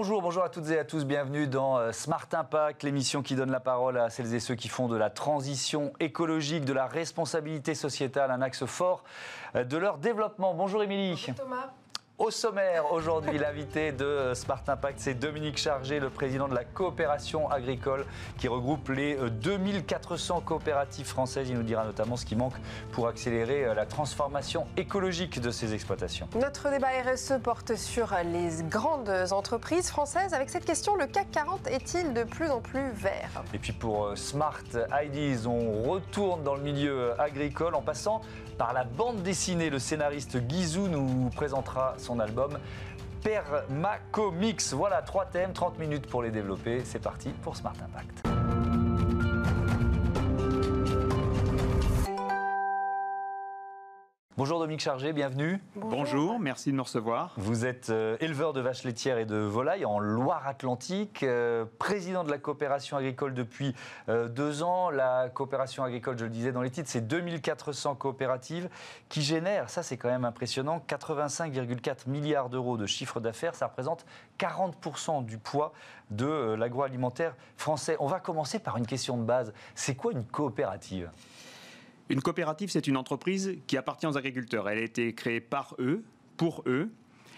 Bonjour à toutes et à tous, bienvenue dans Smart Impact, l'émission qui donne la parole à celles et ceux qui font de la transition écologique, de la responsabilité sociétale, un axe fort de leur développement. Bonjour Émilie. Bonjour Thomas. Au sommaire, aujourd'hui, l'invité de Smart Impact, c'est Dominique Chargé, le président de la coopération agricole qui regroupe les 2400 coopératives françaises. Il nous dira notamment ce qui manque pour accélérer la transformation écologique de ces exploitations. Notre débat RSE porte sur les grandes entreprises françaises. Avec cette question, le CAC 40 est-il de plus en plus vert ? Et puis pour Smart Ideas, on retourne dans le milieu agricole en passant par la bande dessinée. Le scénariste Guizou nous présentera son album Permacomics. Voilà, 3 thèmes, 30 minutes pour les développer. C'est parti pour Smart Impact. Bonjour Dominique Chargé, bienvenue. Bonjour, merci de me recevoir. Vous êtes éleveur de vaches laitières et de volailles en Loire-Atlantique, président de la coopération agricole depuis 2 ans. La coopération agricole, je le disais dans les titres, c'est 2400 coopératives qui génèrent, ça c'est quand même impressionnant, 85,4 milliards d'euros de chiffre d'affaires. Ça représente 40% du poids de l'agroalimentaire français. On va commencer par une question de base. C'est quoi une coopérative ? Une coopérative, c'est une entreprise qui appartient aux agriculteurs. Elle a été créée par eux, pour eux.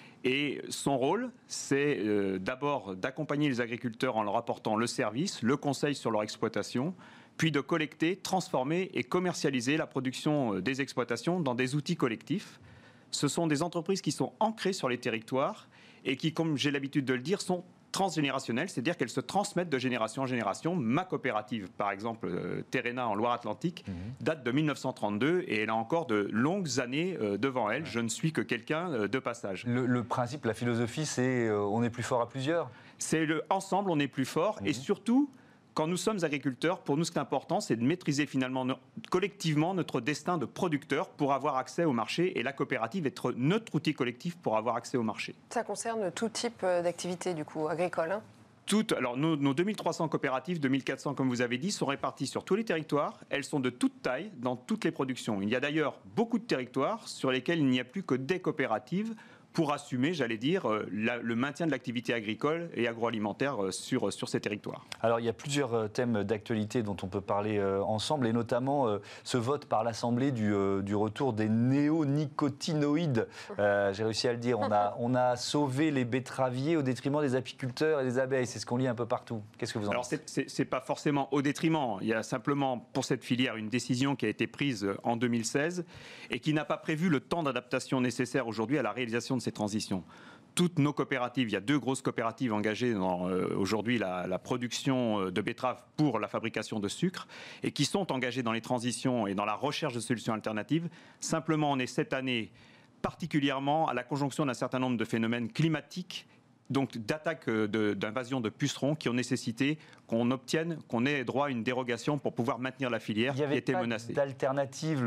Et son rôle, c'est d'abord d'accompagner les agriculteurs en leur apportant le service, le conseil sur leur exploitation, puis de collecter, transformer et commercialiser la production des exploitations dans des outils collectifs. Ce sont des entreprises qui sont ancrées sur les territoires et qui, comme j'ai l'habitude de le dire, sont transgénérationnelles, c'est-à-dire qu'elles se transmettent de génération en génération. Ma coopérative, par exemple, Terrena en Loire-Atlantique, date de 1932 et elle a encore de longues années devant elle. Je ne suis que quelqu'un de passage. Le principe, la philosophie, c'est on est plus fort à plusieurs. C'est le ensemble, on est plus fort et surtout, quand nous sommes agriculteurs, pour nous, ce qui est important, c'est de maîtriser finalement collectivement notre destin de producteur pour avoir accès au marché. Et la coopérative est notre outil collectif pour avoir accès au marché. Ça concerne tout type d'activité, du coup, agricole, hein ? Alors, nos 2300 coopératives, 2400 comme vous avez dit, sont réparties sur tous les territoires. Elles sont de toute taille dans toutes les productions. Il y a d'ailleurs beaucoup de territoires sur lesquels il n'y a plus que des coopératives pour assumer, j'allais dire, le maintien de l'activité agricole et agroalimentaire sur ces territoires. Alors, il y a plusieurs thèmes d'actualité dont on peut parler ensemble, et notamment ce vote par l'Assemblée du retour des néonicotinoïdes. J'ai réussi à le dire. On a sauvé les betteraviers au détriment des apiculteurs et des abeilles. C'est ce qu'on lit un peu partout. Qu'est-ce que vous en dites ? Alors, c'est pas forcément au détriment. Il y a simplement, pour cette filière, une décision qui a été prise en 2016 et qui n'a pas prévu le temps d'adaptation nécessaire aujourd'hui à la réalisation de ces transitions. Toutes nos coopératives, il y a 2 grosses coopératives engagées dans aujourd'hui la production de betteraves pour la fabrication de sucre et qui sont engagées dans les transitions et dans la recherche de solutions alternatives. Simplement, on est cette année particulièrement à la conjonction d'un certain nombre de phénomènes climatiques, donc d'attaques d'invasion de pucerons qui ont nécessité qu'on ait droit à une dérogation pour pouvoir maintenir la filière qui était menacée. Il n'y avait pas d'alternative.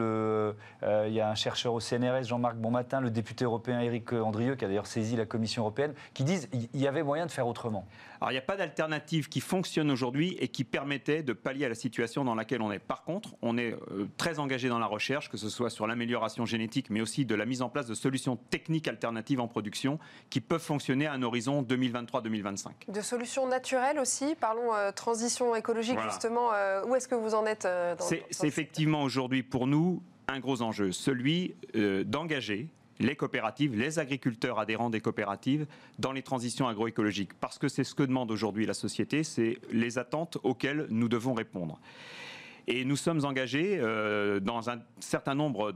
Il y a un chercheur au CNRS, Jean-Marc Bonmatin, le député européen Éric Andrieux, qui a d'ailleurs saisi la Commission européenne, qui disent qu'il y avait moyen de faire autrement. Alors il n'y a pas d'alternative qui fonctionne aujourd'hui et qui permettait de pallier à la situation dans laquelle on est. Par contre, on est très engagé dans la recherche, que ce soit sur l'amélioration génétique, mais aussi de la mise en place de solutions techniques alternatives en production qui peuvent fonctionner à un horizon 2023-2025. De solutions naturelles aussi, parlons transition écologique, voilà. Justement, où est-ce que vous en êtes C'est effectivement aujourd'hui pour nous un gros enjeu, celui d'engager les coopératives, les agriculteurs adhérents des coopératives dans les transitions agroécologiques. Parce que c'est ce que demande aujourd'hui la société, c'est les attentes auxquelles nous devons répondre. Et nous sommes engagés dans un certain nombre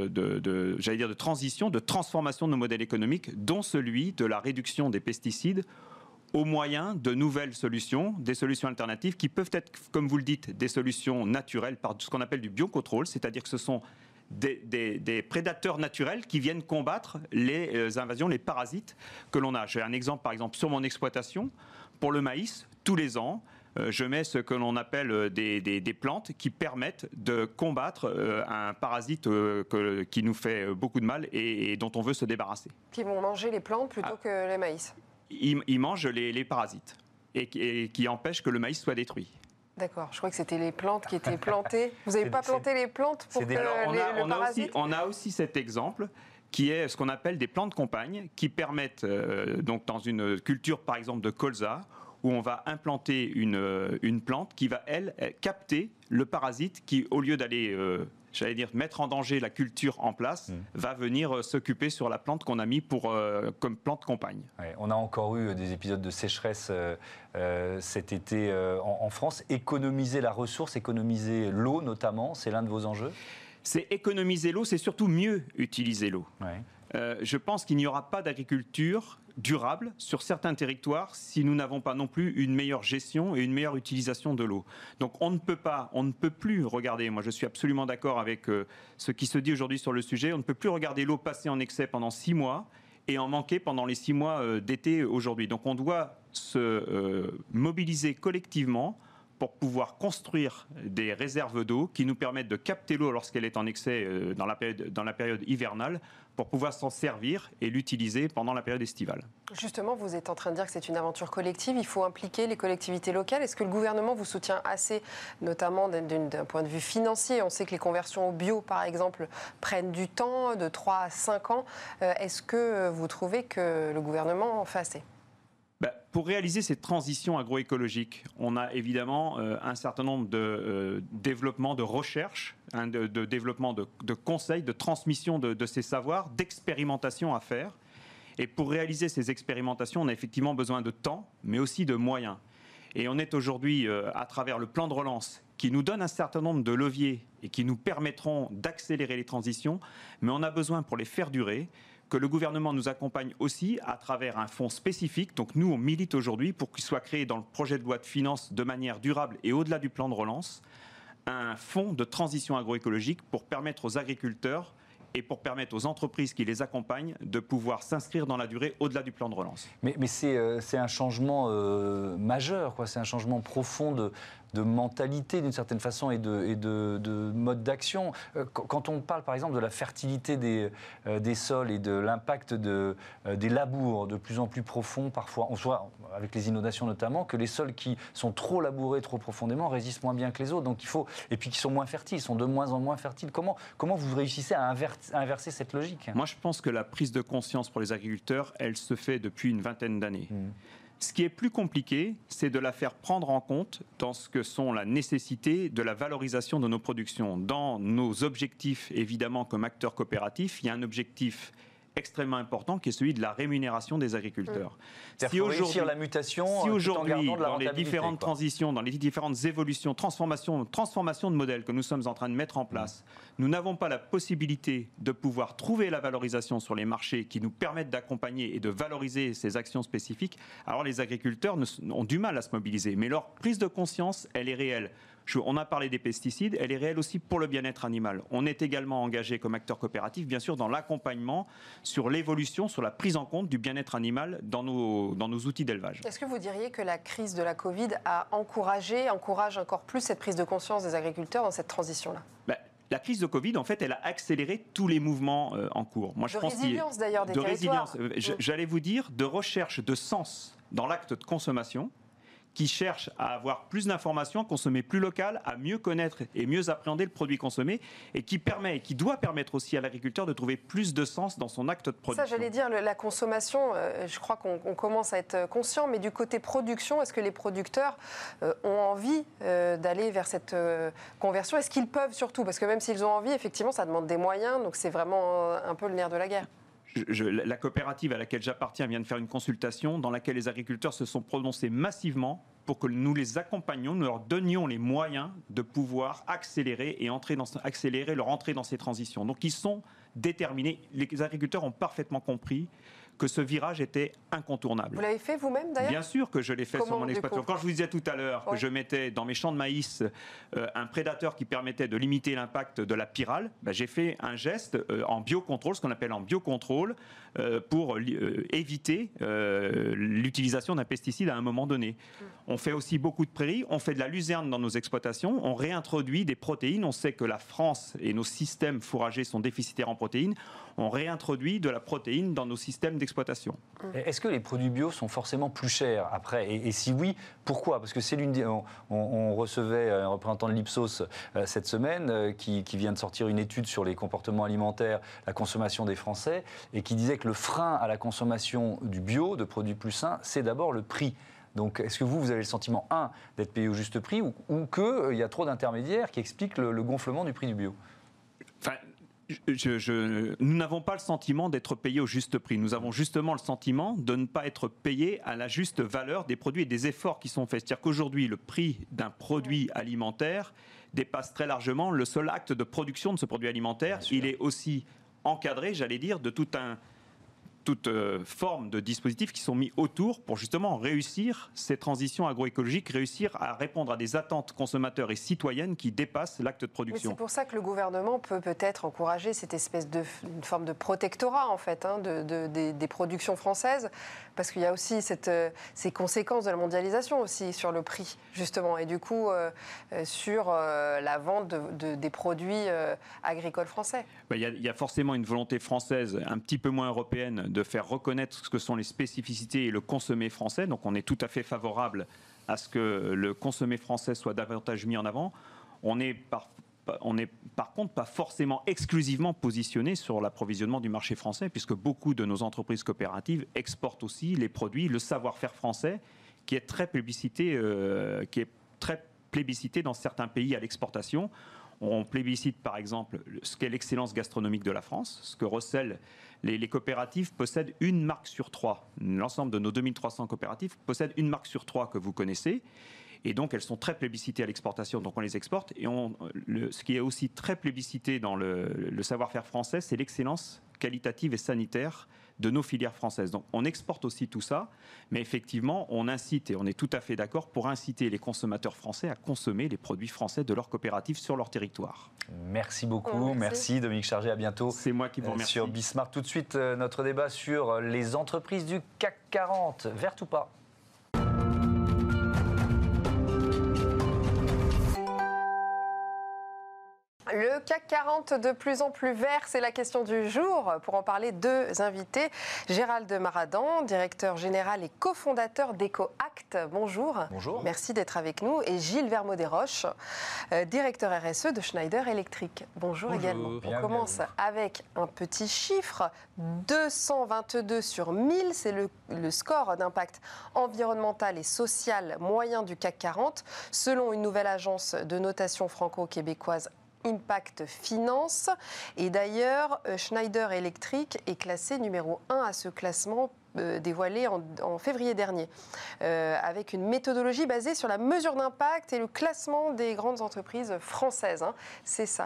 de transitions, de transformations de nos modèles économiques, dont celui de la réduction des pesticides au moyen de nouvelles solutions, des solutions alternatives qui peuvent être, comme vous le dites, des solutions naturelles par ce qu'on appelle du biocontrôle, c'est-à-dire que ce sont des prédateurs naturels qui viennent combattre les invasions, les parasites que l'on a. J'ai un exemple, par exemple, sur mon exploitation. Pour le maïs, tous les ans, je mets ce que l'on appelle des plantes qui permettent de combattre un parasite qui nous fait beaucoup de mal et dont on veut se débarrasser. Qui vont manger les plantes plutôt que les maïs. Ils mangent les parasites et qui empêchent que le maïs soit détruit. D'accord, je crois que c'était les plantes qui étaient plantées. Vous n'avez pas planté les plantes pour que le parasite ? On a aussi cet exemple qui est ce qu'on appelle des plants de compagne, qui permettent, donc dans une culture par exemple de colza, où on va implanter une plante qui va, elle, capter le parasite qui, au lieu d'aller, mettre en danger la culture en place, va venir s'occuper sur la plante qu'on a mis comme plante compagne. Ouais, on a encore eu des épisodes de sécheresse cet été en France. Économiser la ressource, économiser l'eau notamment, c'est l'un de vos enjeux ? C'est économiser l'eau, c'est surtout mieux utiliser l'eau. Ouais. Je pense qu'il n'y aura pas d'agriculture durable sur certains territoires si nous n'avons pas non plus une meilleure gestion et une meilleure utilisation de l'eau. Donc on ne peut plus regarder, moi je suis absolument d'accord avec ce qui se dit aujourd'hui sur le sujet, on ne peut plus regarder l'eau passer en excès pendant 6 mois et en manquer pendant les 6 mois d'été aujourd'hui. Donc on doit se mobiliser collectivement pour pouvoir construire des réserves d'eau qui nous permettent de capter l'eau lorsqu'elle est en excès dans la période hivernale, pour pouvoir s'en servir et l'utiliser pendant la période estivale. Justement, vous êtes en train de dire que c'est une aventure collective, il faut impliquer les collectivités locales. Est-ce que le gouvernement vous soutient assez, notamment d'un point de vue financier ? On sait que les conversions au bio, par exemple, prennent du temps, de 3 à 5 ans. Est-ce que vous trouvez que le gouvernement en fait assez ? Pour réaliser cette transition agroécologique, on a évidemment un certain nombre de développements de recherche, de développement de conseils, de transmission de ces savoirs, d'expérimentation à faire. Et pour réaliser ces expérimentations, on a effectivement besoin de temps, mais aussi de moyens. Et on est aujourd'hui, à travers le plan de relance, qui nous donne un certain nombre de leviers et qui nous permettront d'accélérer les transitions, mais on a besoin, pour les faire durer, que le gouvernement nous accompagne aussi à travers un fonds spécifique. Donc nous, on milite aujourd'hui pour qu'il soit créé dans le projet de loi de finances de manière durable et au-delà du plan de relance, un fonds de transition agroécologique pour permettre aux agriculteurs et pour permettre aux entreprises qui les accompagnent de pouvoir s'inscrire dans la durée au-delà du plan de relance. Mais c'est un changement majeur, quoi. C'est un changement profond de mentalité d'une certaine façon et de mode d'action. Quand on parle par exemple de la fertilité des sols et de l'impact des labours de plus en plus profonds parfois, on voit avec les inondations notamment que les sols qui sont trop labourés trop profondément résistent moins bien que les autres, donc et puis qui sont moins fertiles, sont de moins en moins fertiles. Comment vous réussissez à inverser cette logique ? Moi je pense que la prise de conscience pour les agriculteurs, elle se fait depuis une vingtaine d'années. Ce qui est plus compliqué, c'est de la faire prendre en compte dans ce que sont la nécessité de la valorisation de nos productions. Dans nos objectifs, évidemment, comme acteurs coopératifs, il y a un objectif extrêmement important qui est celui de la rémunération des agriculteurs. Si aujourd'hui, la mutation, si aujourd'hui, dans les différentes transitions, dans les différentes évolutions, transformations de modèles que nous sommes en train de mettre en place, nous n'avons pas la possibilité de pouvoir trouver la valorisation sur les marchés qui nous permettent d'accompagner et de valoriser ces actions spécifiques, alors les agriculteurs ont du mal à se mobiliser. Mais leur prise de conscience, elle est réelle. On a parlé des pesticides, elle est réelle aussi pour le bien-être animal. On est également engagé comme acteur coopératif, bien sûr, dans l'accompagnement sur l'évolution, sur la prise en compte du bien-être animal dans nos outils d'élevage. Est-ce que vous diriez que la crise de la Covid encourage encore plus cette prise de conscience des agriculteurs dans cette transition-là ? La crise de Covid, en fait, elle a accéléré tous les mouvements en cours. Moi, je pense résilience d'ailleurs des territoires. J'allais vous dire, de recherche de sens dans l'acte de consommation, qui cherche à avoir plus d'informations, à consommer plus local, à mieux connaître et mieux appréhender le produit consommé, et qui doit permettre aussi à l'agriculteur de trouver plus de sens dans son acte de production. Ça, j'allais dire, la consommation, je crois qu'on commence à être conscient, mais du côté production, est-ce que les producteurs ont envie d'aller vers cette conversion ? Est-ce qu'ils peuvent surtout ? Parce que même s'ils ont envie, effectivement, ça demande des moyens, donc c'est vraiment un peu le nerf de la guerre. La coopérative à laquelle j'appartiens vient de faire une consultation dans laquelle les agriculteurs se sont prononcés massivement pour que nous les accompagnions, nous leur donnions les moyens de pouvoir accélérer leur entrée dans ces transitions. Donc ils sont déterminés. Les agriculteurs ont parfaitement compris que ce virage était incontournable. Vous l'avez fait vous-même d'ailleurs ? Bien sûr que je l'ai fait sur mon exploitation. Quand je vous disais tout à l'heure que je mettais dans mes champs de maïs un prédateur qui permettait de limiter l'impact de la pyrale, j'ai fait un geste en biocontrôle, ce qu'on appelle en biocontrôle, pour éviter l'utilisation d'un pesticide à un moment donné. On fait aussi beaucoup de prairies, on fait de la luzerne dans nos exploitations, on réintroduit des protéines. On sait que la France et nos systèmes fourragers sont déficitaires en protéines. On réintroduit de la protéine dans nos systèmes d'exploitation. d'exploitation. Est-ce que les produits bio sont forcément plus chers après et si oui, pourquoi? Parce que c'est on recevait un représentant de l'Ipsos cette semaine qui vient de sortir une étude sur les comportements alimentaires, la consommation des Français, et qui disait que le frein à la consommation du bio, de produits plus sains, c'est d'abord le prix. Donc, est-ce que vous avez le sentiment, d'être payé au juste prix ou qu'il y a trop d'intermédiaires qui expliquent le gonflement du prix du bio? Enfin, nous n'avons pas le sentiment d'être payés au juste prix. Nous avons justement le sentiment de ne pas être payés à la juste valeur des produits et des efforts qui sont faits. C'est-à-dire qu'aujourd'hui, le prix d'un produit alimentaire dépasse très largement le seul acte de production de ce produit alimentaire. Il est aussi encadré, j'allais dire, de toute forme de dispositifs qui sont mis autour pour justement réussir ces transitions agroécologiques, réussir à répondre à des attentes consommateurs et citoyennes qui dépassent l'acte de production. Mais c'est pour ça que le gouvernement peut peut-être encourager cette espèce une forme de protectorat en fait des productions françaises, parce qu'il y a aussi ces conséquences de la mondialisation aussi sur le prix justement, et du coup sur la vente des produits agricoles français. Il y a forcément une volonté française un petit peu moins européenne de faire reconnaître ce que sont les spécificités et le consommé français. Donc on est tout à fait favorable à ce que le consommé français soit davantage mis en avant. On n'est par contre pas forcément exclusivement positionné sur l'approvisionnement du marché français, puisque beaucoup de nos entreprises coopératives exportent aussi les produits, le savoir-faire français, qui est très plébiscité dans certains pays à l'exportation. On plébiscite par exemple ce qu'est l'excellence gastronomique de la France, ce que recèlent les coopératives possèdent une marque sur 3. L'ensemble de nos 2300 coopératives possèdent une marque sur 3 que vous connaissez. Et donc, elles sont très plébiscitées à l'exportation, donc on les exporte. Et ce qui est aussi très plébiscité dans le savoir-faire français, c'est l'excellence qualitative et sanitaire de nos filières françaises. Donc, on exporte aussi tout ça, mais effectivement, on incite, et on est tout à fait d'accord, pour inciter les consommateurs français à consommer les produits français de leur coopérative sur leur territoire. Merci beaucoup, merci Dominique Chargé, à bientôt. C'est moi qui vous remercie. Sur Bismart. Tout de suite, notre débat sur les entreprises du CAC 40, vertes ou pas? Le CAC 40 de plus en plus vert, c'est la question du jour. Pour en parler, deux invités. Gérald Maradan, directeur général et cofondateur d'EcoAct. Bonjour. Bonjour. Merci d'être avec nous. Et Gilles Vermaux-Desroches, directeur RSE de Schneider Electric. Bonjour également. On commence avec un petit chiffre. 222 sur 1000, c'est le score d'impact environnemental et social moyen du CAC 40, selon une nouvelle agence de notation franco-québécoise Impact Finance. Et d'ailleurs, Schneider Electric est classé numéro 1 à ce classement dévoilé en février dernier, avec une méthodologie basée sur la mesure d'impact et le classement des grandes entreprises françaises. C'est ça.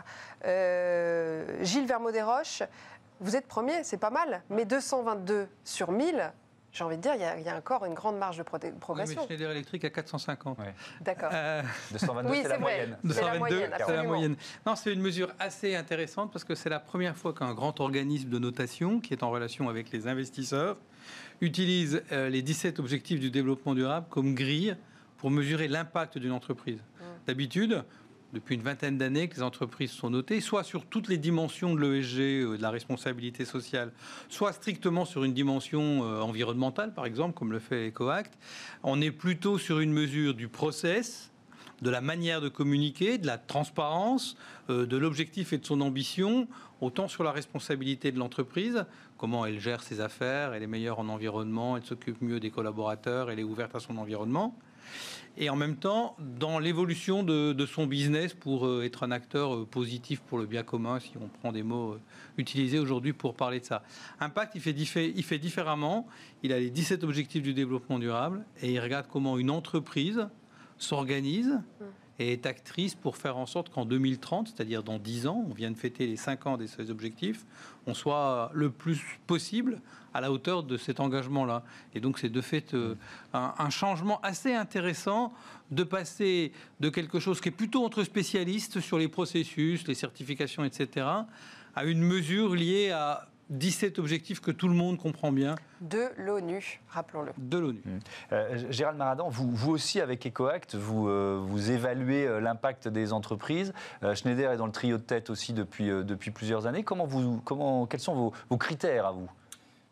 Gilles Vermaux-Desroches, vous êtes premier, c'est pas mal, mais 222 sur 1000... J'ai envie de dire, il y a encore une grande marge de progression. Oui, mais Schneider Electric à 450. Ouais. D'accord. 222, oui, c'est la moyenne. 222, c'est la moyenne. Non, c'est une mesure assez intéressante parce que c'est la première fois qu'un grand organisme de notation, qui est en relation avec les investisseurs, utilise les 17 objectifs du développement durable comme grille pour mesurer l'impact d'une entreprise. D'habitude, depuis une vingtaine d'années que les entreprises sont notées, soit sur toutes les dimensions de l'ESG, de la responsabilité sociale, soit strictement sur une dimension environnementale, par exemple, comme le fait EcoAct. On est plutôt sur une mesure du process, de la manière de communiquer, de la transparence, de l'objectif et de son ambition, autant sur la responsabilité de l'entreprise, comment elle gère ses affaires, elle est meilleure en environnement, elle s'occupe mieux des collaborateurs, elle est ouverte à son environnement. Et en même temps, dans l'évolution de son business pour être un acteur positif pour le bien commun, si on prend des mots utilisés aujourd'hui pour parler de ça. Impact, il fait différemment. Il a les 17 objectifs du développement durable et il regarde comment une entreprise s'organise et est actrice pour faire en sorte qu'en 2030, c'est-à-dire dans 10 ans, on vient de fêter les 5 ans de ces objectifs, on soit le plus possible à la hauteur de cet engagement-là. Et donc c'est de fait un changement assez intéressant de passer de quelque chose qui est plutôt entre spécialistes sur les processus, les certifications, etc., à une mesure liée à 17 objectifs que tout le monde comprend bien. De l'ONU, rappelons-le. De l'ONU. Gérald Maradan, vous aussi avec EcoAct, vous évaluez l'impact des entreprises. Schneider est dans le trio de tête aussi depuis plusieurs années. Quels sont vos critères à vous ?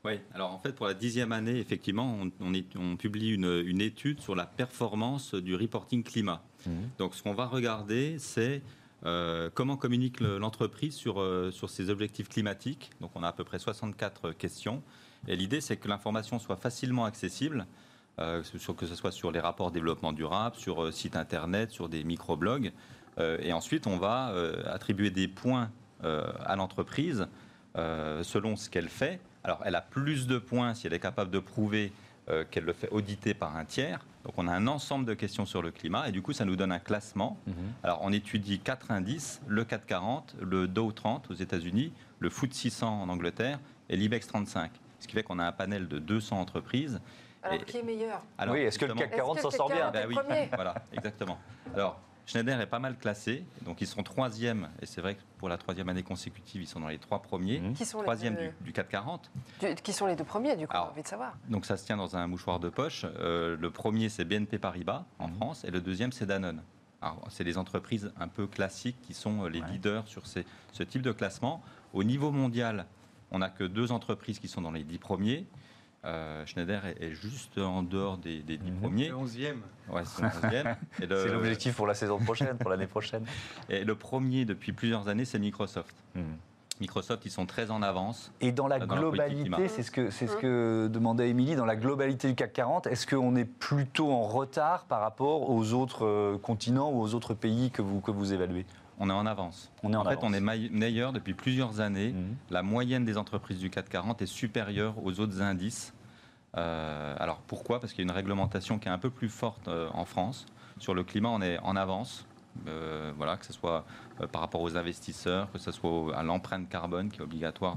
Oui, alors en fait, pour la 10e année, effectivement, on publie une étude sur la performance du reporting climat. Donc, ce qu'on va regarder, c'est comment communique l'entreprise sur ses objectifs climatiques. Donc, on a à peu près 64 questions. Et l'idée, c'est que l'information soit facilement accessible, que ce soit sur les rapports développement durable, sur site internet, sur des microblogs. Et ensuite, on va attribuer des points à l'entreprise selon ce qu'elle fait. Alors, elle a plus de points si elle est capable de prouver qu'elle le fait auditer par un tiers. Donc, on a un ensemble de questions sur le climat et du coup, ça nous donne un classement. Alors, on étudie 4 indices, le CAC 40, le Dow 30 aux États-Unis, le FTSE 600 en Angleterre et l'IBEX 35. Ce qui fait qu'on a un panel de 200 entreprises. Alors, qui est meilleur? Oui, est-ce que le CAC 40 s'en sort bien? Oui, voilà, exactement. Alors, Schneider est pas mal classé, donc ils sont 3e, et c'est vrai que pour la 3e année consécutive, ils sont dans les 3 premiers, Qui sont 3e du CAC 40. Qui sont les 2 premiers, du coup, on a envie de savoir. Donc ça se tient dans un mouchoir de poche. Le premier, c'est BNP Paribas en France, et le deuxième, c'est Danone. Alors, c'est les entreprises un peu classiques qui sont les leaders sur ce type de classement. Au niveau mondial, on n'a que 2 entreprises qui sont dans les 10 premiers. Schneider est juste en dehors des 10 premiers. Le 11e. Ouais, c'est le 11e. C'est l'objectif pour la saison prochaine, pour l'année prochaine. Et le premier depuis plusieurs années, c'est Microsoft. Microsoft, ils sont très en avance. Et dans la globalité, c'est ce que demandait Émilie, dans la globalité du CAC 40, est-ce qu'on est plutôt en retard par rapport aux autres continents ou aux autres pays que vous évaluez? On est en avance. En fait, on est meilleur depuis plusieurs années. La moyenne des entreprises du CAC 40 est supérieure aux autres indices. Alors pourquoi? Parce qu'il y a une réglementation qui est un peu plus forte en France. Sur le climat, on est en avance. Voilà, que ce soit par rapport aux investisseurs, que ce soit à l'empreinte carbone qui est obligatoire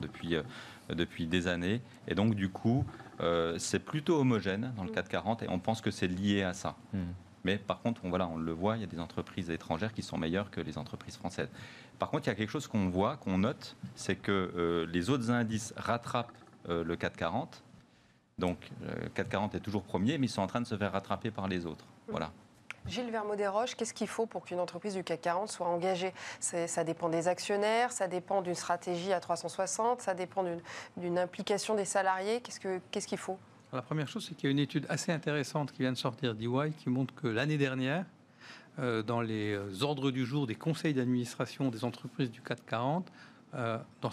depuis des années. Et donc, du coup, c'est plutôt homogène dans le CAC 40 et on pense que c'est lié à ça. Mais par contre, on le voit, il y a des entreprises étrangères qui sont meilleures que les entreprises françaises. Par contre, il y a quelque chose qu'on voit, qu'on note, c'est que les autres indices rattrapent le CAC 40. Donc, le CAC 40 est toujours premier, mais ils sont en train de se faire rattraper par les autres. Voilà. Gilles Vermaux-Desroches, qu'est-ce qu'il faut pour qu'une entreprise du CAC 40 soit engagée? Ça dépend des actionnaires, ça dépend d'une stratégie à 360, ça dépend d'une implication des salariés. Qu'est-ce qu'il faut? La première chose, c'est qu'il y a une étude assez intéressante qui vient de sortir d'EY qui montre que l'année dernière, dans les ordres du jour des conseils d'administration des entreprises du CAC 40, dans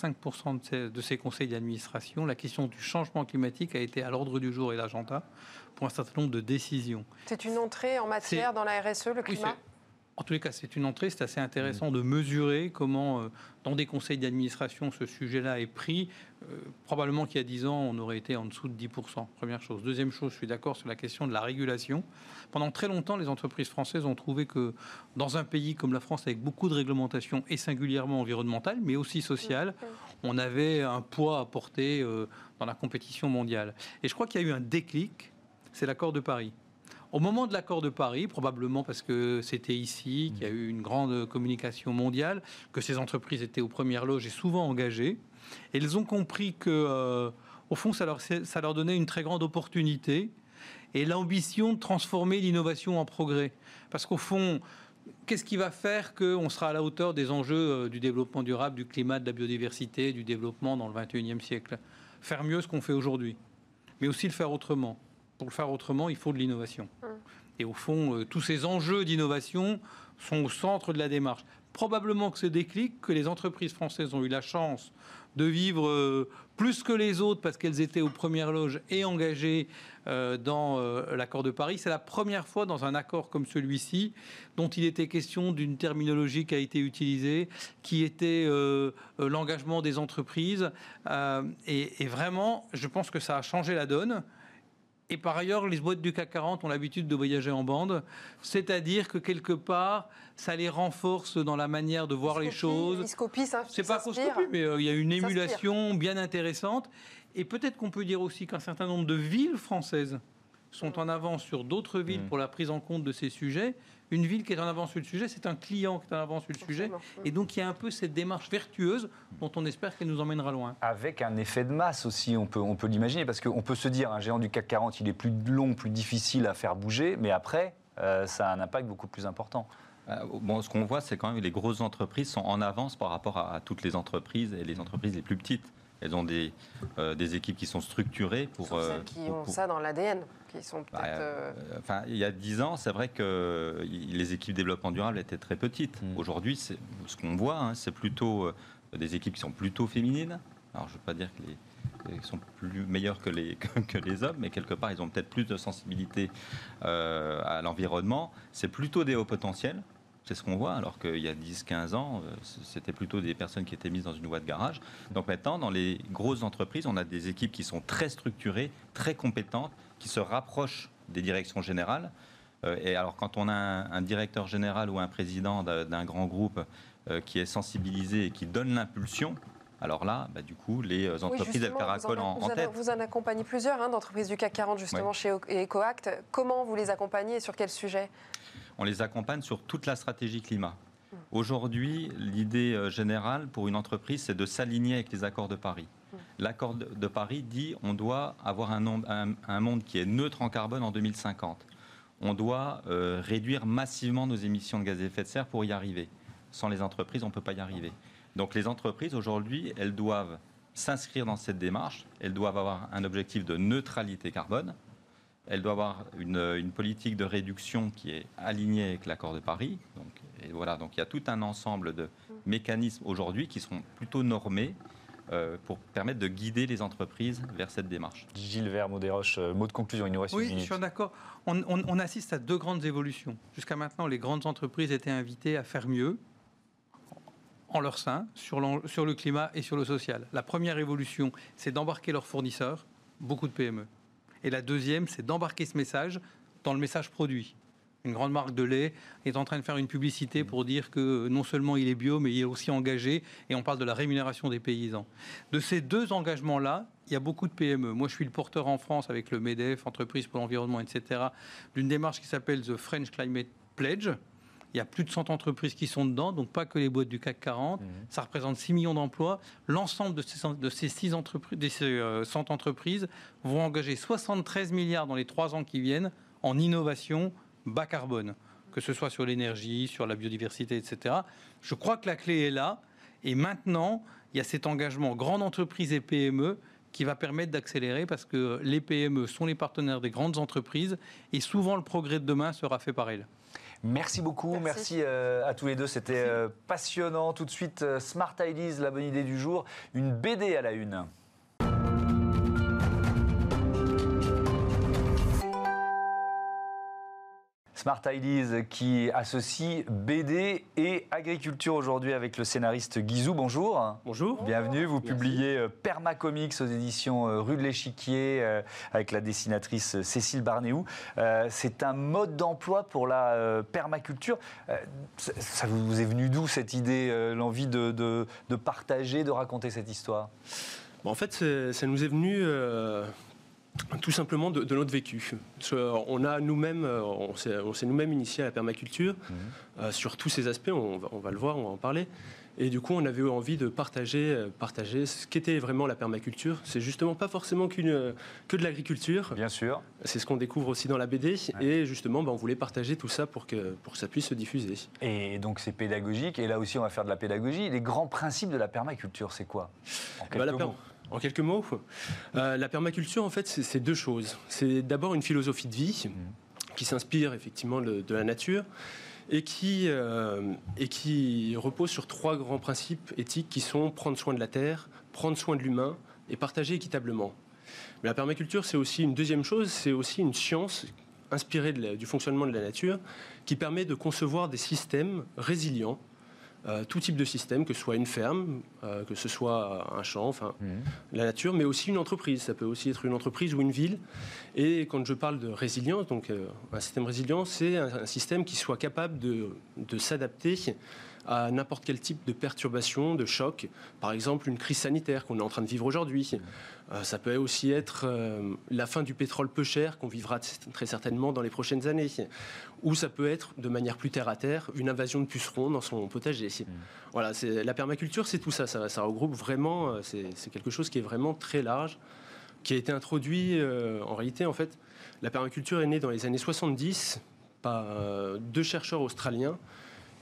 65% de ces conseils d'administration, la question du changement climatique a été à l'ordre du jour et l'agenda pour un certain nombre de décisions. C'est une entrée en matière dans la RSE, le climat? Oui, en tous les cas, c'est une entrée. C'est assez intéressant de mesurer comment, dans des conseils d'administration, ce sujet-là est pris. Probablement qu'il y a 10 ans, on aurait été en dessous de 10%. Première chose. Deuxième chose, je suis d'accord sur la question de la régulation. Pendant très longtemps, les entreprises françaises ont trouvé que dans un pays comme la France, avec beaucoup de réglementation, et singulièrement environnementale, mais aussi sociale, on avait un poids à porter dans la compétition mondiale. Et je crois qu'il y a eu un déclic, c'est l'accord de Paris. Au moment de l'accord de Paris, probablement parce que c'était ici qu'il y a eu une grande communication mondiale, que ces entreprises étaient aux premières loges et souvent engagées, et elles ont compris que, au fond, ça leur donnait une très grande opportunité et l'ambition de transformer l'innovation en progrès. Parce qu'au fond, qu'est-ce qui va faire qu'on sera à la hauteur des enjeux du développement durable, du climat, de la biodiversité, du développement dans le XXIe siècle? Faire mieux ce qu'on fait aujourd'hui, mais aussi le faire autrement. Pour le faire autrement, il faut de l'innovation. Et au fond, tous ces enjeux d'innovation sont au centre de la démarche. Probablement que ce déclic, que les entreprises françaises ont eu la chance de vivre plus que les autres parce qu'elles étaient aux premières loges et engagées dans l'accord de Paris. C'est la première fois dans un accord comme celui-ci dont il était question d'une terminologie qui a été utilisée, qui était l'engagement des entreprises. Et vraiment, je pense que ça a changé la donne. Et par ailleurs, les boîtes du CAC 40 ont l'habitude de voyager en bande, c'est-à-dire que quelque part, ça les renforce dans la manière de voir les choses. Ils se copient, ça. C'est pas qu'on se copie, mais il y a une émulation bien intéressante. Et peut-être qu'on peut dire aussi qu'un certain nombre de villes françaises sont en avance sur d'autres villes pour la prise en compte de ces sujets. Une ville qui est en avance sur le sujet, c'est un client qui est en avance sur le sujet. Et donc, il y a un peu cette démarche vertueuse dont on espère qu'elle nous emmènera loin. Avec un effet de masse aussi, on peut l'imaginer, parce qu'on peut se dire, un géant du CAC 40, il est plus long, plus difficile à faire bouger, mais après, ça a un impact beaucoup plus important. Bon, ce qu'on voit, c'est quand même que les grosses entreprises sont en avance par rapport à toutes les entreprises et les entreprises les plus petites. Elles ont des équipes qui sont structurées pour... celles qui ont ça dans l'ADN, qui sont peut-être... Enfin, il y a 10 ans, c'est vrai que les équipes développement durable étaient très petites. Aujourd'hui, ce qu'on voit, c'est plutôt des équipes qui sont plutôt féminines. Alors, je ne veux pas dire qu'ils sont plus meilleurs que les hommes, mais quelque part, ils ont peut-être plus de sensibilité à l'environnement. C'est plutôt des hauts potentiels. C'est ce qu'on voit, alors qu'il y a 10-15 ans, c'était plutôt des personnes qui étaient mises dans une voie de garage. Donc maintenant, dans les grosses entreprises, on a des équipes qui sont très structurées, très compétentes, qui se rapprochent des directions générales. Et alors, quand on a un directeur général ou un président d'un grand groupe qui est sensibilisé et qui donne l'impulsion, alors là, du coup, les entreprises, elles caracolent en tête. Vous en accompagnez plusieurs d'entreprises du CAC 40, justement, chez EcoAct. Comment vous les accompagnez et sur quel sujet ? On les accompagne sur toute la stratégie climat. Aujourd'hui, l'idée générale pour une entreprise, c'est de s'aligner avec les accords de Paris. L'accord de Paris dit qu'on doit avoir un monde qui est neutre en carbone en 2050. On doit réduire massivement nos émissions de gaz à effet de serre pour y arriver. Sans les entreprises, on ne peut pas y arriver. Donc les entreprises, aujourd'hui, elles doivent s'inscrire dans cette démarche. Elles doivent avoir un objectif de neutralité carbone. Elle doit avoir une politique de réduction qui est alignée avec l'accord de Paris. Donc il y a tout un ensemble de mécanismes aujourd'hui qui sont plutôt normés pour permettre de guider les entreprises vers cette démarche. Gilles Vermaux-Desroches, mot de conclusion, il nous reste une minute. Oui, je suis d'accord. On assiste à deux grandes évolutions. Jusqu'à maintenant, les grandes entreprises étaient invitées à faire mieux en leur sein sur le climat et sur le social. La première évolution, c'est d'embarquer leurs fournisseurs, beaucoup de PME. Et la deuxième, c'est d'embarquer ce message dans le message produit. Une grande marque de lait est en train de faire une publicité pour dire que non seulement il est bio, mais il est aussi engagé, et on parle de la rémunération des paysans. De ces deux engagements-là, il y a beaucoup de PME. Moi, je suis le porteur en France avec le MEDEF, Entreprise pour l'environnement, etc., d'une démarche qui s'appelle The French Climate Pledge. Il y a plus de 100 entreprises qui sont dedans, donc pas que les boîtes du CAC 40. Ça représente 6 millions d'emplois. L'ensemble de ces 100 entreprises vont engager 73 milliards dans les 3 ans qui viennent en innovation bas carbone, que ce soit sur l'énergie, sur la biodiversité, etc. Je crois que la clé est là. Et maintenant, il y a cet engagement grande entreprise et PME qui va permettre d'accélérer parce que les PME sont les partenaires des grandes entreprises et souvent le progrès de demain sera fait par elles. Merci beaucoup, merci à tous les deux, c'était passionnant. Tout de suite, Smart Ideas, la bonne idée du jour, une BD à la une. Smart Ideas qui associe BD et agriculture aujourd'hui avec le scénariste Guizou. Bonjour. Bonjour. Bienvenue. Vous publiez Permacomics aux éditions Rue de l'Échiquier avec la dessinatrice Cécile Barnéou. C'est un mode d'emploi pour la permaculture. Ça vous est venu d'où cette idée, l'envie de partager, de raconter cette histoire ? En fait, ça nous est venu... tout simplement de notre vécu. On s'est nous-mêmes initiés à la permaculture sur tous ces aspects, on va le voir, on va en parler. Et du coup, on avait envie de partager ce qu'était vraiment la permaculture. C'est justement pas forcément que de l'agriculture. Bien sûr. C'est ce qu'on découvre aussi dans la BD. Ouais. Et justement, on voulait partager tout ça pour que ça puisse se diffuser. Et donc, c'est pédagogique. Et là aussi, on va faire de la pédagogie. Les grands principes de la permaculture, c'est quoi ? En quelques mots. En quelques mots, la permaculture, en fait, c'est deux choses. C'est d'abord une philosophie de vie qui s'inspire effectivement de la nature et qui repose sur 3 grands principes éthiques qui sont prendre soin de la terre, prendre soin de l'humain et partager équitablement. Mais la permaculture, c'est aussi une deuxième chose, c'est aussi une science inspirée du fonctionnement de la nature qui permet de concevoir des systèmes résilients. Tout type de système, que ce soit une ferme, que ce soit un champ, la nature, mais aussi une entreprise. Ça peut aussi être une entreprise ou une ville. Et quand je parle de résilience, donc un système résilient, c'est un système qui soit capable de s'adapter à n'importe quel type de perturbation, de choc. Par exemple, une crise sanitaire qu'on est en train de vivre aujourd'hui. Ça peut aussi être la fin du pétrole peu cher qu'on vivra très certainement dans les prochaines années. Ou ça peut être, de manière plus terre-à-terre, une invasion de pucerons dans son potager. Voilà, la permaculture, c'est tout ça. Ça regroupe vraiment, c'est quelque chose qui est vraiment très large, qui a été introduit, en réalité, en fait, la permaculture est née dans les années 70 par 2 chercheurs australiens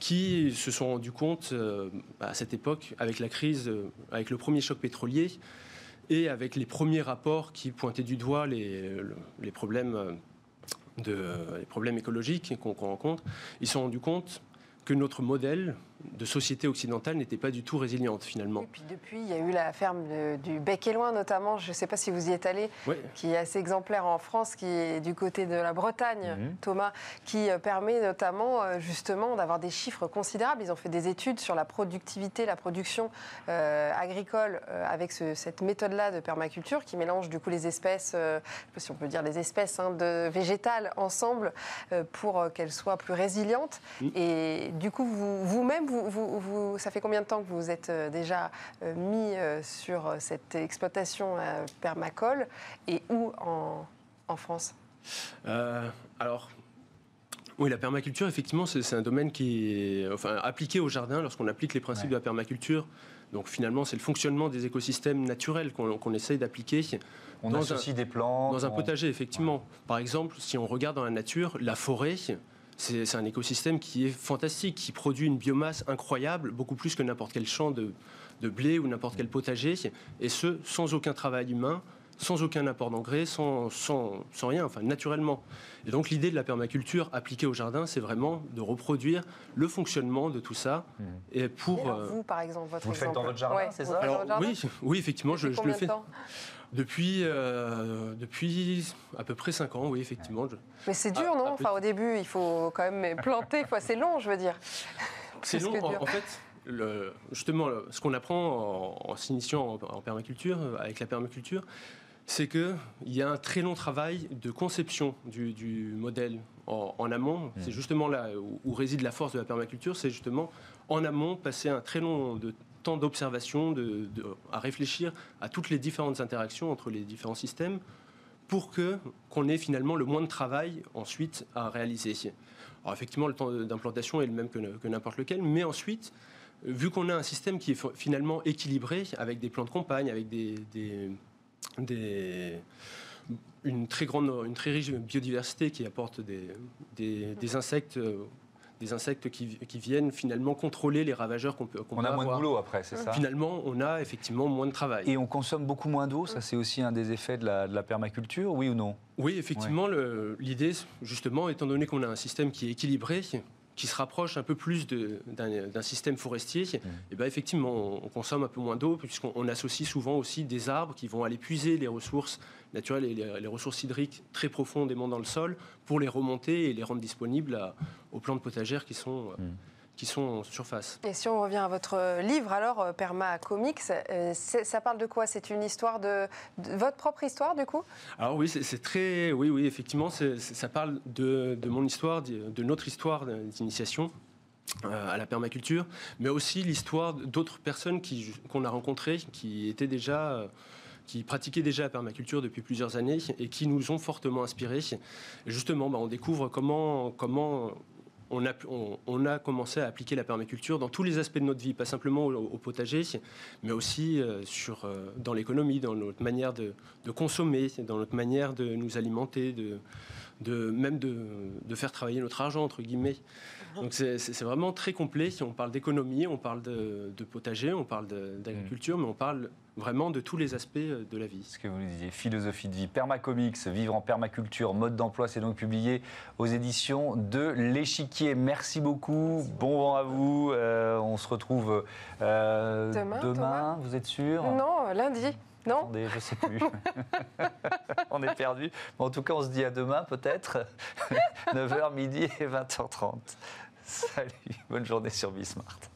qui se sont rendus compte à cette époque, avec la crise, avec le premier choc pétrolier, et avec les premiers rapports qui pointaient du doigt les problèmes écologiques qu'on rencontre, ils se sont rendus compte que notre modèle de société occidentale n'était pas du tout résiliente finalement. Et puis depuis, il y a eu la ferme du Bec et Loing notamment, je ne sais pas si vous y êtes allé, qui est assez exemplaire en France, qui est du côté de la Bretagne, Thomas, qui permet notamment justement d'avoir des chiffres considérables. Ils ont fait des études sur la productivité, la production agricole avec cette méthode-là de permaculture qui mélange du coup les espèces, je ne sais pas si on peut dire les espèces de végétales ensemble pour qu'elles soient plus résilientes. Et du coup, vous-même, ça fait combien de temps que vous êtes déjà mis sur cette exploitation permacole et où en France ? Alors, oui, la permaculture, effectivement, c'est un domaine qui est appliqué au jardin lorsqu'on applique les principes de la permaculture. Donc finalement, c'est le fonctionnement des écosystèmes naturels qu'on essaye d'appliquer. On associe des plantes. Dans un potager, effectivement. Par exemple, si on regarde dans la nature, la forêt... C'est un écosystème qui est fantastique, qui produit une biomasse incroyable, beaucoup plus que n'importe quel champ de blé ou n'importe quel potager, et ce, sans aucun travail humain, sans aucun apport d'engrais, sans rien, naturellement. Et donc l'idée de la permaculture appliquée au jardin, c'est vraiment de reproduire le fonctionnement de tout ça. Et pour vous, par exemple, votre vous le faites dans votre jardin, c'est ça ? Alors, oui, effectivement, je le fais. Depuis à peu près 5 ans, oui, effectivement. Mais c'est dur, non ? Au début, il faut quand même planter. C'est long, je veux dire. C'est long, en fait. Justement, ce qu'on apprend en s'initiant en permaculture, avec la permaculture, c'est qu'il y a un très long travail de conception du modèle en amont. C'est justement là où réside la force de la permaculture, c'est justement en amont passer un très long temps d'observation, à réfléchir à toutes les différentes interactions entre les différents systèmes pour qu'on ait finalement le moins de travail ensuite à réaliser. Alors effectivement, le temps d'implantation est le même que n'importe lequel, mais ensuite, vu qu'on a un système qui est finalement équilibré, avec des plans de campagne, avec une très riche biodiversité qui apporte des insectes... Des insectes qui viennent finalement contrôler les ravageurs qu'on peut avoir. On a moins de boulot après, c'est ça ? Finalement, on a effectivement moins de travail. Et on consomme beaucoup moins d'eau, ça c'est aussi un des effets de la permaculture, oui ou non ? Oui, effectivement, l'idée, justement, étant donné qu'on a un système qui est équilibré, qui se rapproche un peu plus d'un système forestier, et ben effectivement, on consomme un peu moins d'eau, puisqu'on associe souvent aussi des arbres qui vont aller puiser les ressources naturelles et les ressources hydriques très profondément dans le sol pour les remonter et les rendre disponibles aux plantes potagères qui sont en surface. Et si on revient à votre livre, alors, Permacomics, ça parle de quoi ? C'est une histoire de votre propre histoire, du coup ? Alors oui, c'est très... Oui, effectivement, ça parle de mon histoire, de notre histoire d'initiation à la permaculture, mais aussi l'histoire d'autres personnes qu'on a rencontrées, qui pratiquaient déjà la permaculture depuis plusieurs années et qui nous ont fortement inspirés. Et justement, on découvre comment on a commencé à appliquer la permaculture dans tous les aspects de notre vie, pas simplement au potager, mais aussi dans l'économie, dans notre manière de consommer, dans notre manière de nous alimenter, même de faire travailler notre argent, entre guillemets. Donc c'est vraiment très complet. Si on parle d'économie, on parle de potager, on parle d'agriculture, mais on parle vraiment de tous les aspects de la vie. Ce que vous disiez, philosophie de vie, Permacomics, vivre en permaculture, mode d'emploi, c'est donc publié aux éditions de l'Échiquier. Merci beaucoup, bon vent à vous. On se retrouve demain, vous êtes sûr ? Non, lundi. Non ? Attendez, je ne sais plus. On est perdu. En tout cas, on se dit à demain peut-être, 9h, midi et 20h30. Salut, bonne journée sur Bismart.